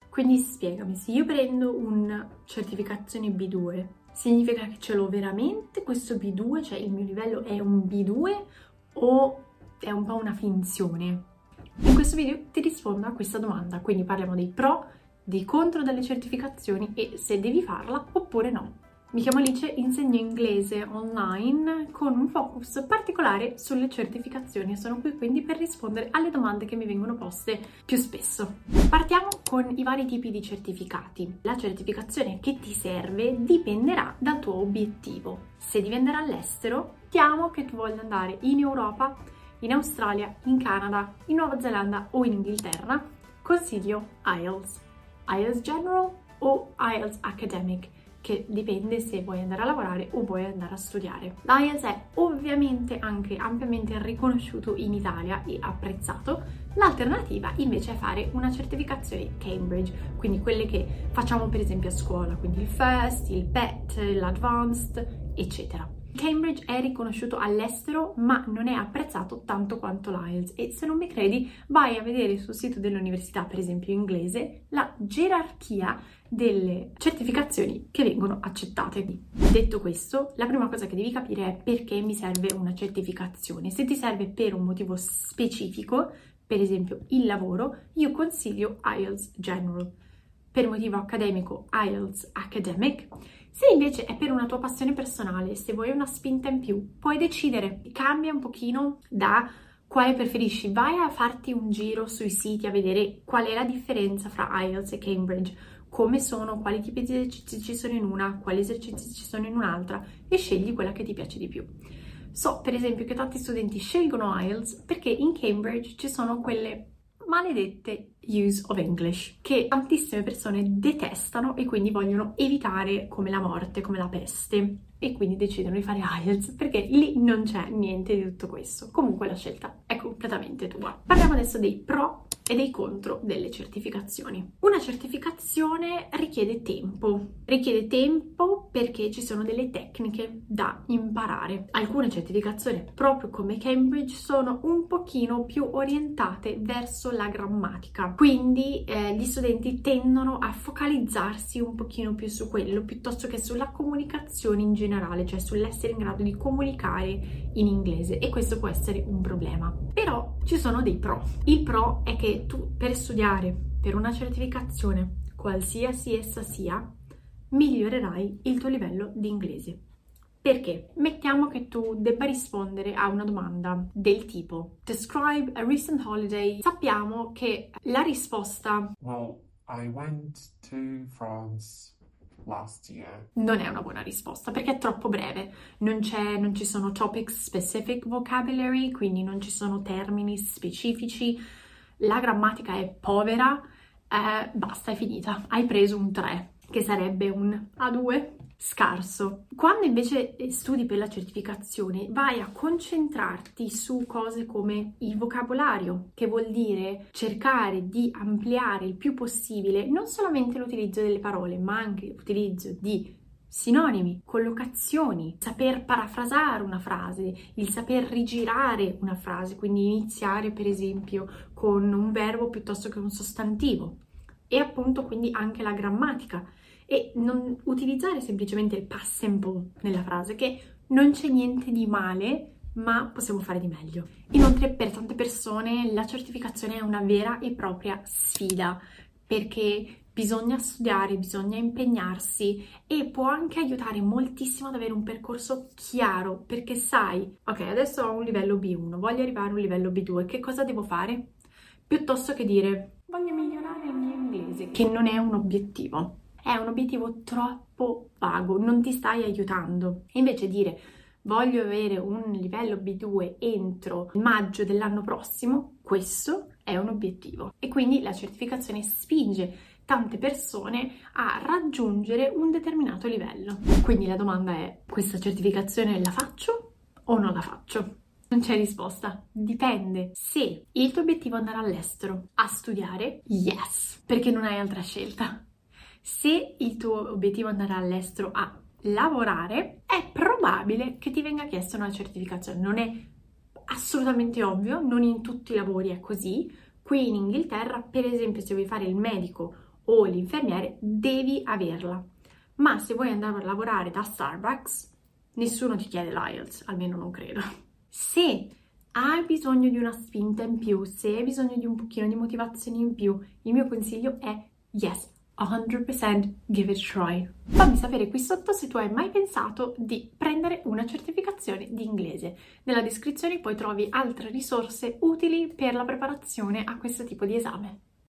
Quindi spiegami, se io prendo una certificazione B2, significa che ce l'ho veramente questo B2, cioè il mio livello è un B2 o è un po' una finzione? In questo video ti rispondo a questa domanda, quindi parliamo dei pro, dei contro delle certificazioni e se devi farla oppure no. Mi chiamo Alice, insegno inglese online con un focus particolare sulle certificazioni e sono qui quindi per rispondere alle domande che mi vengono poste più spesso. Partiamo con i vari tipi di certificati. La certificazione che ti serve dipenderà dal tuo obiettivo. Se devi andare all'estero, mettiamo che tu voglia andare in Europa, in Australia, in Canada, in Nuova Zelanda o in Inghilterra, consiglio IELTS. IELTS General o IELTS Academic, che dipende se vuoi andare a lavorare o vuoi andare a studiare. L'IELTS è ovviamente anche ampiamente riconosciuto in Italia e apprezzato. L'alternativa invece è fare una certificazione Cambridge, quindi quelle che facciamo per esempio a scuola, quindi il FIRST, il PET, l'Advanced, eccetera. Cambridge è riconosciuto all'estero ma non è apprezzato tanto quanto l'IELTS e se non mi credi vai a vedere sul sito dell'università, per esempio inglese, la gerarchia delle certificazioni che vengono accettate. Detto questo, la prima cosa che devi capire è perché mi serve una certificazione. Se ti serve per un motivo specifico, per esempio il lavoro, io consiglio IELTS General. Per motivo accademico IELTS Academic. Se invece è per una tua passione personale, se vuoi una spinta in più, puoi decidere, cambia un pochino da quale preferisci, vai a farti un giro sui siti a vedere qual è la differenza fra IELTS e Cambridge, come sono, quali tipi di esercizi ci sono in una, quali esercizi ci sono in un'altra e scegli quella che ti piace di più. So per esempio che tanti studenti scelgono IELTS perché in Cambridge ci sono quelle maledette use of English che tantissime persone detestano e quindi vogliono evitare come la morte, come la peste e quindi decidono di fare IELTS perché lì non c'è niente di tutto questo. Comunque la scelta è completamente tua. Parliamo adesso dei pro e dei contro delle certificazioni. Una certificazione richiede tempo perché ci sono delle tecniche da imparare. Alcune certificazioni, proprio come Cambridge, sono un pochino più orientate verso la grammatica, quindi gli studenti tendono a focalizzarsi un pochino più su quello piuttosto che sulla comunicazione in generale, cioè sull'essere in grado di comunicare in inglese e questo può essere un problema. Però ci sono dei pro. Il pro è che tu per studiare per una certificazione, qualsiasi essa sia, migliorerai il tuo livello di inglese. Perché? Mettiamo che tu debba rispondere a una domanda del tipo Describe a recent holiday. Sappiamo che la risposta Well, I went to France last year. Non è una buona risposta perché è troppo breve, non ci sono topic specific vocabulary, quindi non ci sono termini specifici, la grammatica è povera, basta, è finita, hai preso un 3, che sarebbe un A2 scarso. Quando invece studi per la certificazione vai a concentrarti su cose come il vocabolario, che vuol dire cercare di ampliare il più possibile non solamente l'utilizzo delle parole, ma anche l'utilizzo di sinonimi, collocazioni, saper parafrasare una frase, il saper rigirare una frase, quindi iniziare per esempio con un verbo piuttosto che un sostantivo e appunto quindi anche la grammatica e non utilizzare semplicemente il past simple nella frase, che non c'è niente di male, ma possiamo fare di meglio. Inoltre per tante persone la certificazione è una vera e propria sfida perché bisogna studiare, bisogna impegnarsi e può anche aiutare moltissimo ad avere un percorso chiaro perché sai, ok, adesso ho un livello B1, voglio arrivare a un livello B2, che cosa devo fare? Piuttosto che dire voglio migliorare il mio inglese, che non è un obiettivo. È un obiettivo troppo vago, non ti stai aiutando. E invece dire voglio avere un livello B2 entro maggio dell'anno prossimo, questo è un obiettivo. E quindi la certificazione spinge tante persone a raggiungere un determinato livello. Quindi la domanda è: questa certificazione la faccio o non la faccio? Non c'è risposta, dipende. Se il tuo obiettivo è andare all'estero a studiare, yes, perché non hai altra scelta. Se il tuo obiettivo è andare all'estero a lavorare, è probabile che ti venga chiesta una certificazione. Non è assolutamente ovvio, non in tutti i lavori è così. Qui in Inghilterra, per esempio, se vuoi fare il medico o l'infermiere devi averla. Ma se vuoi andare a lavorare da Starbucks, nessuno ti chiede l'IELTS, almeno non credo. Se hai bisogno di una spinta in più, se hai bisogno di un pochino di motivazione in più, il mio consiglio è yes, 100% give it a try. Fammi sapere qui sotto se tu hai mai pensato di prendere una certificazione di inglese. Nella descrizione poi trovi altre risorse utili per la preparazione a questo tipo di esame.